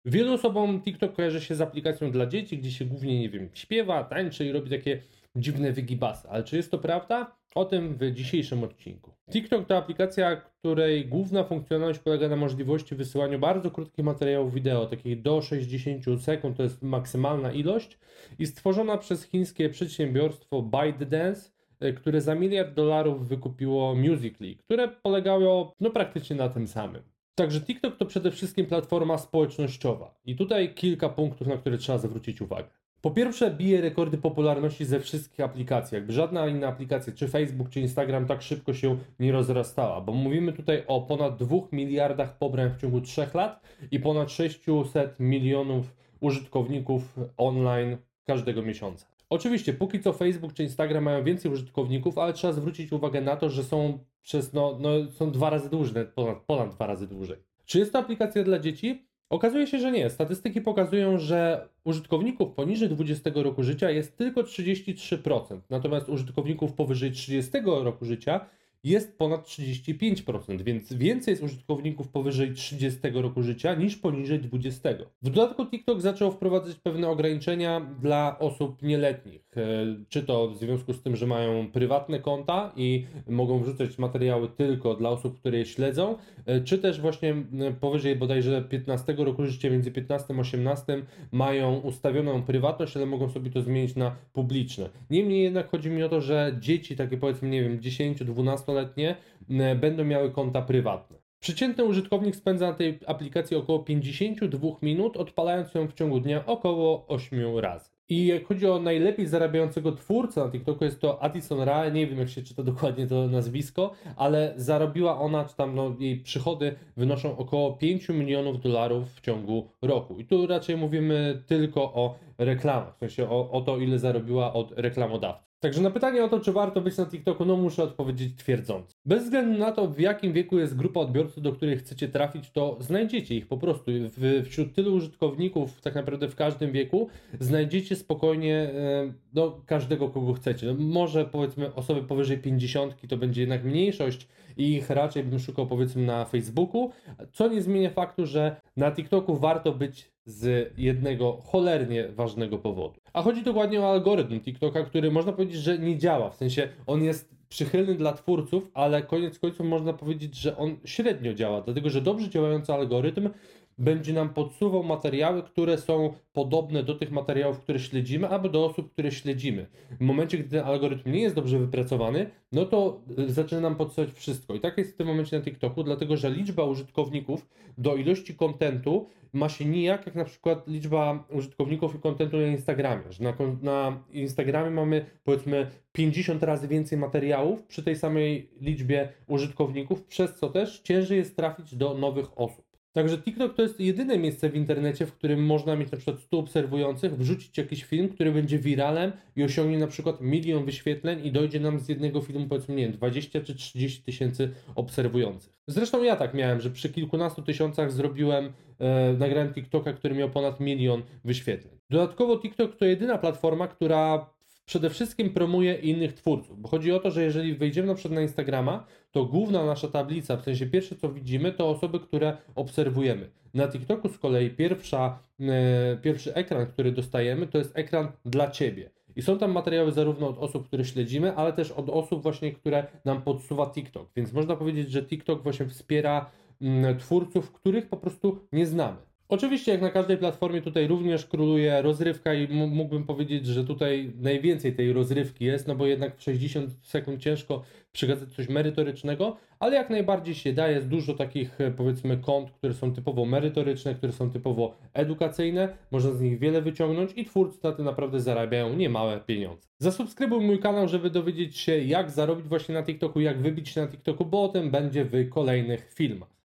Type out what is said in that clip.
Wielu osobom TikTok kojarzy się z aplikacją dla dzieci, gdzie się głównie, nie wiem, śpiewa, tańczy i robi takie dziwne wygibasy. Ale czy jest to prawda? O tym w dzisiejszym odcinku. TikTok to aplikacja, której główna funkcjonalność polega na możliwości wysyłania bardzo krótkich materiałów wideo, takich do 60 sekund, to jest maksymalna ilość, i stworzona przez chińskie przedsiębiorstwo ByteDance, które za $1 miliard wykupiło Musical.ly, które polegało no praktycznie na tym samym. Także TikTok to przede wszystkim platforma społecznościowa. I tutaj kilka punktów, na które trzeba zwrócić uwagę. Po pierwsze, bije rekordy popularności ze wszystkich aplikacji. Jakby żadna inna aplikacja, czy Facebook, czy Instagram, tak szybko się nie rozrastała, bo mówimy tutaj o ponad 2 miliardach pobrań w ciągu 3 lat i ponad 600 milionów użytkowników online każdego miesiąca. Oczywiście, póki co Facebook czy Instagram mają więcej użytkowników, ale trzeba zwrócić uwagę na to, że są są 2 razy dłuższe, ponad 2 razy dłużej. Czy jest to aplikacja dla dzieci? Okazuje się, że nie. Statystyki pokazują, że użytkowników poniżej 20 roku życia jest tylko 33%, natomiast użytkowników powyżej 30 roku życia jest ponad 35%, więc więcej jest użytkowników powyżej 30 roku życia niż poniżej 20. W dodatku TikTok zaczął wprowadzać pewne ograniczenia dla osób nieletnich, czy to w związku z tym, że mają prywatne konta i mogą wrzucać materiały tylko dla osób, które je śledzą, czy też właśnie powyżej bodajże 15 roku życia, między 15 a 18 mają ustawioną prywatność, ale mogą sobie to zmienić na publiczne. Niemniej jednak chodzi mi o to, że dzieci takie powiedzmy, nie wiem, 10-12-letnie będą miały konta prywatne. Przeciętny użytkownik spędza na tej aplikacji około 52 minut, odpalając ją w ciągu dnia około 8 razy. I jak chodzi o najlepiej zarabiającego twórcę na TikToku, jest to Addison Rae, nie wiem jak się czyta dokładnie to nazwisko, ale zarobiła ona, czy tam jej przychody wynoszą około $5 milionów w ciągu roku. I tu raczej mówimy tylko o reklamach, w sensie o to, ile zarobiła od reklamodawców. Także na pytanie o to, czy warto być na TikToku, no muszę odpowiedzieć twierdząco. Bez względu na to, w jakim wieku jest grupa odbiorców, do których chcecie trafić, to znajdziecie ich po prostu. Wśród tylu użytkowników, tak naprawdę w każdym wieku, znajdziecie spokojnie każdego, kogo chcecie. No, może powiedzmy osoby powyżej 50 to będzie jednak mniejszość i ich raczej bym szukał powiedzmy na Facebooku, co nie zmienia faktu, że na TikToku warto być z jednego cholernie ważnego powodu. A chodzi dokładnie o algorytm TikToka, który można powiedzieć, że nie działa. W sensie on jest przychylny dla twórców, ale koniec końców można powiedzieć, że on średnio działa, dlatego że dobrze działający algorytm będzie nam podsuwał materiały, które są podobne do tych materiałów, które śledzimy, albo do osób, które śledzimy. W momencie, gdy ten algorytm nie jest dobrze wypracowany, no to zaczyna nam podsuwać wszystko. I tak jest w tym momencie na TikToku, dlatego że liczba użytkowników do ilości kontentu ma się nijak jak na przykład liczba użytkowników i kontentu na Instagramie. Że na Instagramie mamy powiedzmy 50 razy więcej materiałów przy tej samej liczbie użytkowników, przez co też ciężej jest trafić do nowych osób. Także TikTok to jest jedyne miejsce w internecie, w którym można mieć na przykład 100 obserwujących, wrzucić jakiś film, który będzie wiralem i osiągnie na przykład 1 000 000 wyświetleń i dojdzie nam z jednego filmu powiedzmy, nie wiem, 20 czy 30 tysięcy obserwujących. Zresztą ja tak miałem, że przy kilkunastu tysiącach nagrałem TikToka, który miał ponad 1 000 000 wyświetleń. Dodatkowo TikTok to jedyna platforma, która przede wszystkim promuje innych twórców, bo chodzi o to, że jeżeli wejdziemy na przykład na Instagrama, to główna nasza tablica, w sensie pierwsze co widzimy, to osoby, które obserwujemy. Na TikToku z kolei pierwszy ekran, który dostajemy, to jest ekran dla Ciebie. I są tam materiały zarówno od osób, które śledzimy, ale też od osób właśnie, które nam podsuwa TikTok. Więc można powiedzieć, że TikTok właśnie wspiera twórców, których po prostu nie znamy. Oczywiście jak na każdej platformie tutaj również króluje rozrywka i mógłbym powiedzieć, że tutaj najwięcej tej rozrywki jest, no bo jednak w 60 sekund ciężko przekazać coś merytorycznego, ale jak najbardziej się da, jest dużo takich powiedzmy kont, które są typowo merytoryczne, które są typowo edukacyjne, można z nich wiele wyciągnąć i twórcy na tym naprawdę zarabiają niemałe pieniądze. Zasubskrybuj mój kanał, żeby dowiedzieć się jak zarobić właśnie na TikToku, jak wybić się na TikToku, bo o tym będzie w kolejnych filmach.